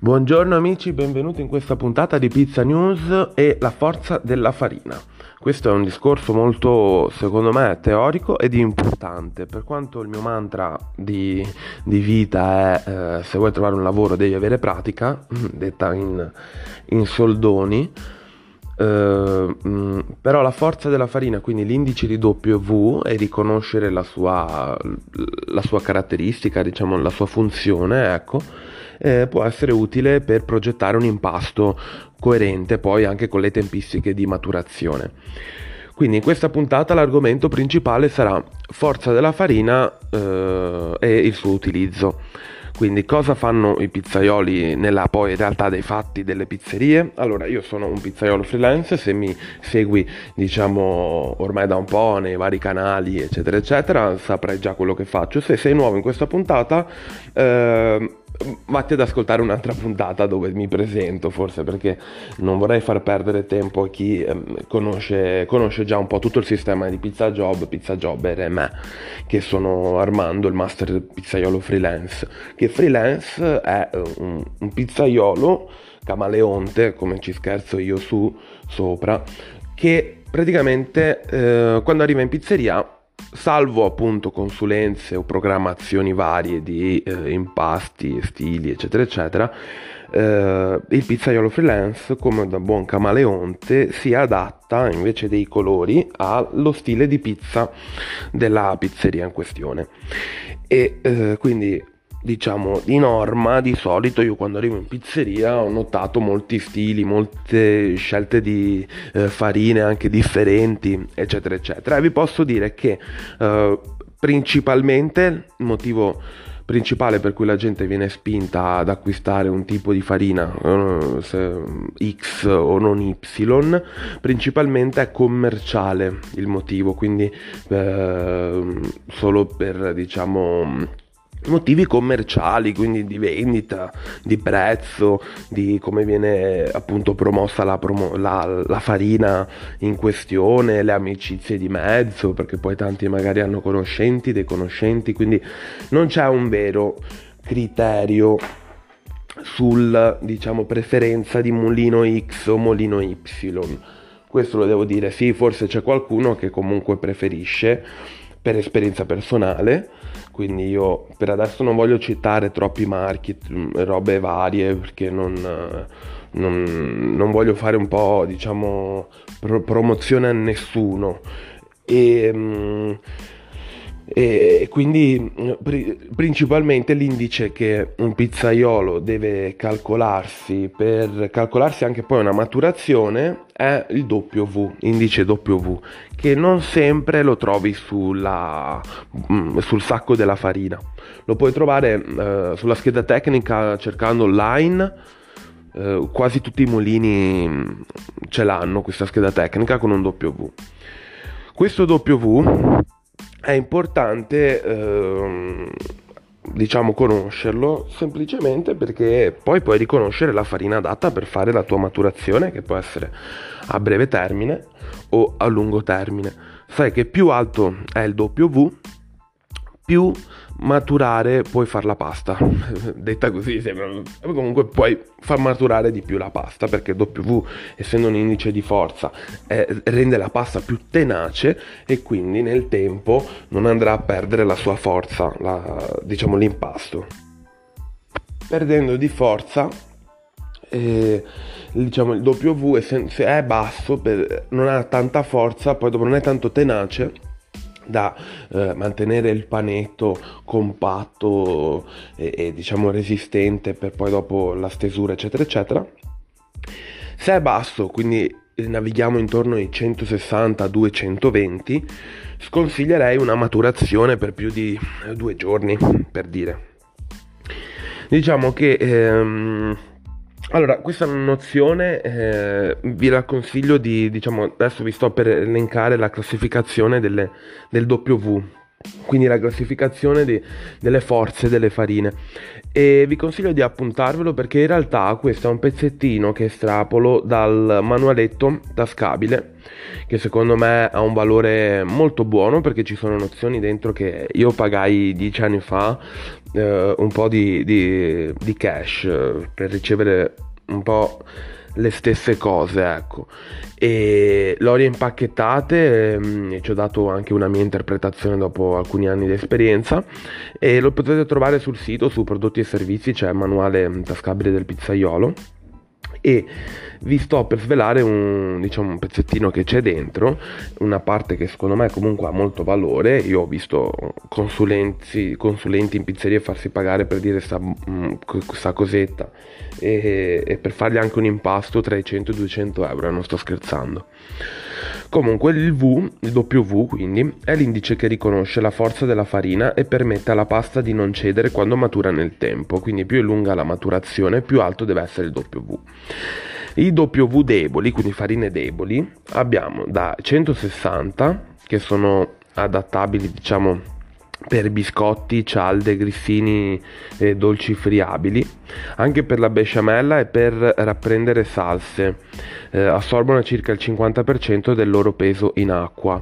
Buongiorno amici, benvenuti in questa puntata di Pizza News e la forza della farina. Questo è un discorso molto, secondo me, teorico ed importante, per quanto il mio mantra di vita è se vuoi trovare un lavoro devi avere pratica, detta in soldoni. Però la forza della farina, quindi l'indice di W, e riconoscere la sua caratteristica, diciamo la sua funzione, ecco, può essere utile per progettare un impasto coerente poi anche con le tempistiche di maturazione. Quindi in questa puntata l'argomento principale sarà forza della farina e il suo utilizzo. Quindi cosa fanno i pizzaioli nella poi realtà dei fatti delle pizzerie? Allora, io sono un pizzaiolo freelance, se mi segui diciamo ormai da un po' nei vari canali eccetera eccetera saprai già quello che faccio. Se sei nuovo in questa puntata vatti ad ascoltare un'altra puntata dove mi presento, forse perché non vorrei far perdere tempo a chi conosce già un po' tutto il sistema di Pizzajobber e me, che sono Armando, il master pizzaiolo freelance. Che freelance è un pizzaiolo camaleonte, come ci scherzo io sopra, che praticamente quando arriva in pizzeria, salvo appunto consulenze o programmazioni varie di impasti, stili eccetera eccetera, il pizzaiolo freelance, come da buon camaleonte, si adatta invece dei colori allo stile di pizza della pizzeria in questione. E quindi diciamo di norma, di solito io quando arrivo in pizzeria ho notato molti stili, molte scelte di farine anche differenti eccetera eccetera, e vi posso dire che principalmente il motivo principale per cui la gente viene spinta ad acquistare un tipo di farina X o non Y, principalmente è commerciale il motivo, quindi solo per diciamo motivi commerciali, quindi di vendita, di prezzo, di come viene appunto promossa la farina in questione, le amicizie di mezzo, perché poi tanti magari hanno conoscenti, dei conoscenti, quindi non c'è un vero criterio sul diciamo preferenza di mulino X o mulino Y. Questo lo devo dire, sì, forse c'è qualcuno che comunque preferisce per esperienza personale, quindi io per adesso non voglio citare troppi marchi, robe varie, perché non voglio fare un po' diciamo promozione a nessuno. E quindi principalmente l'indice che un pizzaiolo deve calcolarsi per calcolarsi anche poi una maturazione è il W, indice W, che non sempre lo trovi sul sacco della farina. Lo puoi trovare sulla scheda tecnica cercando online. Quasi tutti i mulini ce l'hanno questa scheda tecnica con un W. Questo W è importante diciamo conoscerlo semplicemente perché poi puoi riconoscere la farina adatta per fare la tua maturazione, che può essere a breve termine o a lungo termine. Sai che più alto è il W, più maturare puoi far la pasta. Detta così sembra, comunque puoi far maturare di più la pasta, perché W, essendo un indice di forza, rende la pasta più tenace e quindi nel tempo non andrà a perdere la sua forza, diciamo l'impasto. Perdendo di forza, diciamo il W se è basso, non ha tanta forza, poi dopo non è tanto tenace da mantenere il panetto compatto e diciamo resistente per poi dopo la stesura eccetera eccetera. Se è basso, quindi navighiamo intorno ai 160-220, sconsiglierei una maturazione per più di 2 giorni, per dire. Diciamo che allora, questa nozione vi la consiglio diciamo, adesso vi sto per elencare la classificazione del W. quindi la classificazione delle forze delle farine. E vi consiglio di appuntarvelo perché in realtà questo è un pezzettino che estrapolo dal manualetto tascabile, che secondo me ha un valore molto buono perché ci sono nozioni dentro che io pagai 10 anni fa, un po' di cash per ricevere un po' le stesse cose, ecco, e l'ho rimpacchettate e ci ho dato anche una mia interpretazione dopo alcuni anni di esperienza, e lo potete trovare sul sito su prodotti e servizi, c'è il manuale tascabile del pizzaiolo, e vi sto per svelare un pezzettino che c'è dentro, una parte che secondo me comunque ha molto valore. Io ho visto consulenti in pizzeria farsi pagare per dire sta cosetta e per fargli anche un impasto tra i 100 e i 200 euro, non sto scherzando. Comunque il W quindi è l'indice che riconosce la forza della farina e permette alla pasta di non cedere quando matura nel tempo, quindi più è lunga la maturazione più alto deve essere il W. I W deboli, quindi farine deboli, abbiamo da 160 che sono adattabili diciamo per biscotti, cialde, grissini e dolci friabili, anche per la besciamella e per rapprendere salse, assorbono circa il 50% del loro peso in acqua.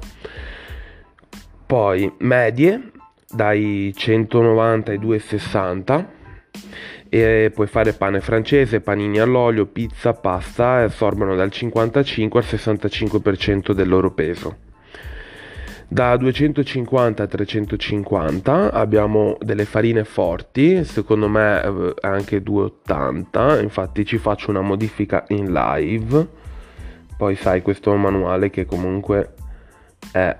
Poi medie dai 190 ai 260, e puoi fare pane francese, panini all'olio, pizza, pasta, e assorbono dal 55 al 65% del loro peso. Da 250 a 350 abbiamo delle farine forti, secondo me anche 280, infatti ci faccio una modifica in live. Poi sai, questo è un manuale che comunque è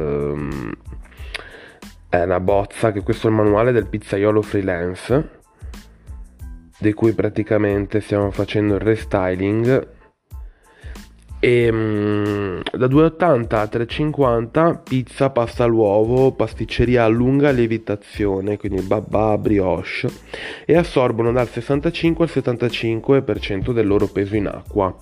una bozza, che questo è il manuale del pizzaiolo freelance, di cui praticamente stiamo facendo il restyling. E da 280 a 350 pizza, pasta all'uovo, pasticceria a lunga lievitazione, quindi babà, brioche, e assorbono dal 65 al 75% del loro peso in acqua.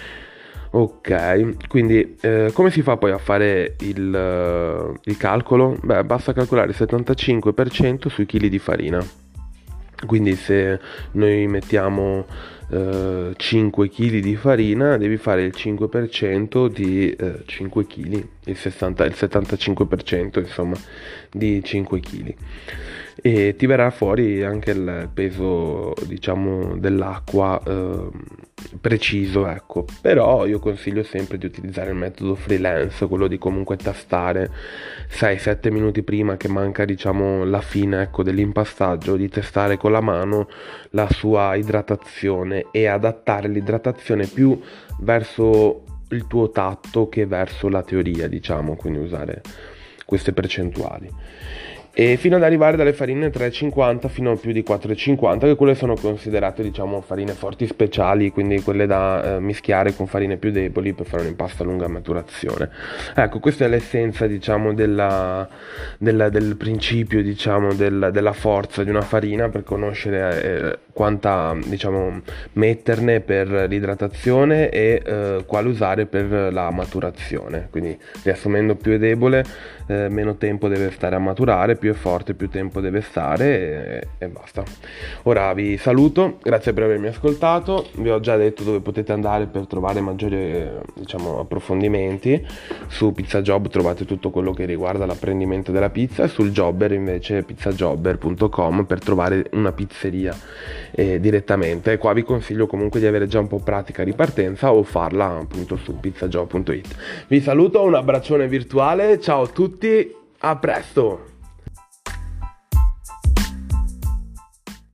Ok, quindi come si fa poi a fare il calcolo? Beh, basta calcolare il 75% sui chili di farina. Quindi se noi mettiamo 5 kg di farina, devi fare il 5% di 5 kg, il 75% insomma di 5 kg, e ti verrà fuori anche il peso diciamo dell'acqua preciso, ecco. Però io consiglio sempre di utilizzare il metodo freelance, quello di comunque tastare 6-7 minuti prima che manca diciamo la fine, ecco, dell'impastaggio, di testare con la mano la sua idratazione e adattare l'idratazione più verso il tuo tatto che verso la teoria, diciamo, quindi usare queste percentuali. E fino ad arrivare dalle farine 3,50 fino a più di 4,50, che quelle sono considerate diciamo farine forti speciali, quindi quelle da mischiare con farine più deboli per fare un impasto a lunga maturazione. Ecco, questa è l'essenza diciamo del principio diciamo della forza di una farina, per conoscere quanta diciamo metterne per l'idratazione e quale usare per la maturazione. Quindi riassumendo, più è debole meno tempo deve stare a maturare, più è forte più tempo deve stare, e basta. Ora vi saluto, grazie per avermi ascoltato, vi ho già detto dove potete andare per trovare maggiori diciamo approfondimenti. Su PizzaJob trovate tutto quello che riguarda l'apprendimento della pizza, e sul Jobber invece pizzajobber.com per trovare una pizzeria direttamente. E qua vi consiglio comunque di avere già un po' pratica di partenza o farla appunto su pizzajob.it. Vi saluto, un abbraccione virtuale, ciao a tutti, a presto!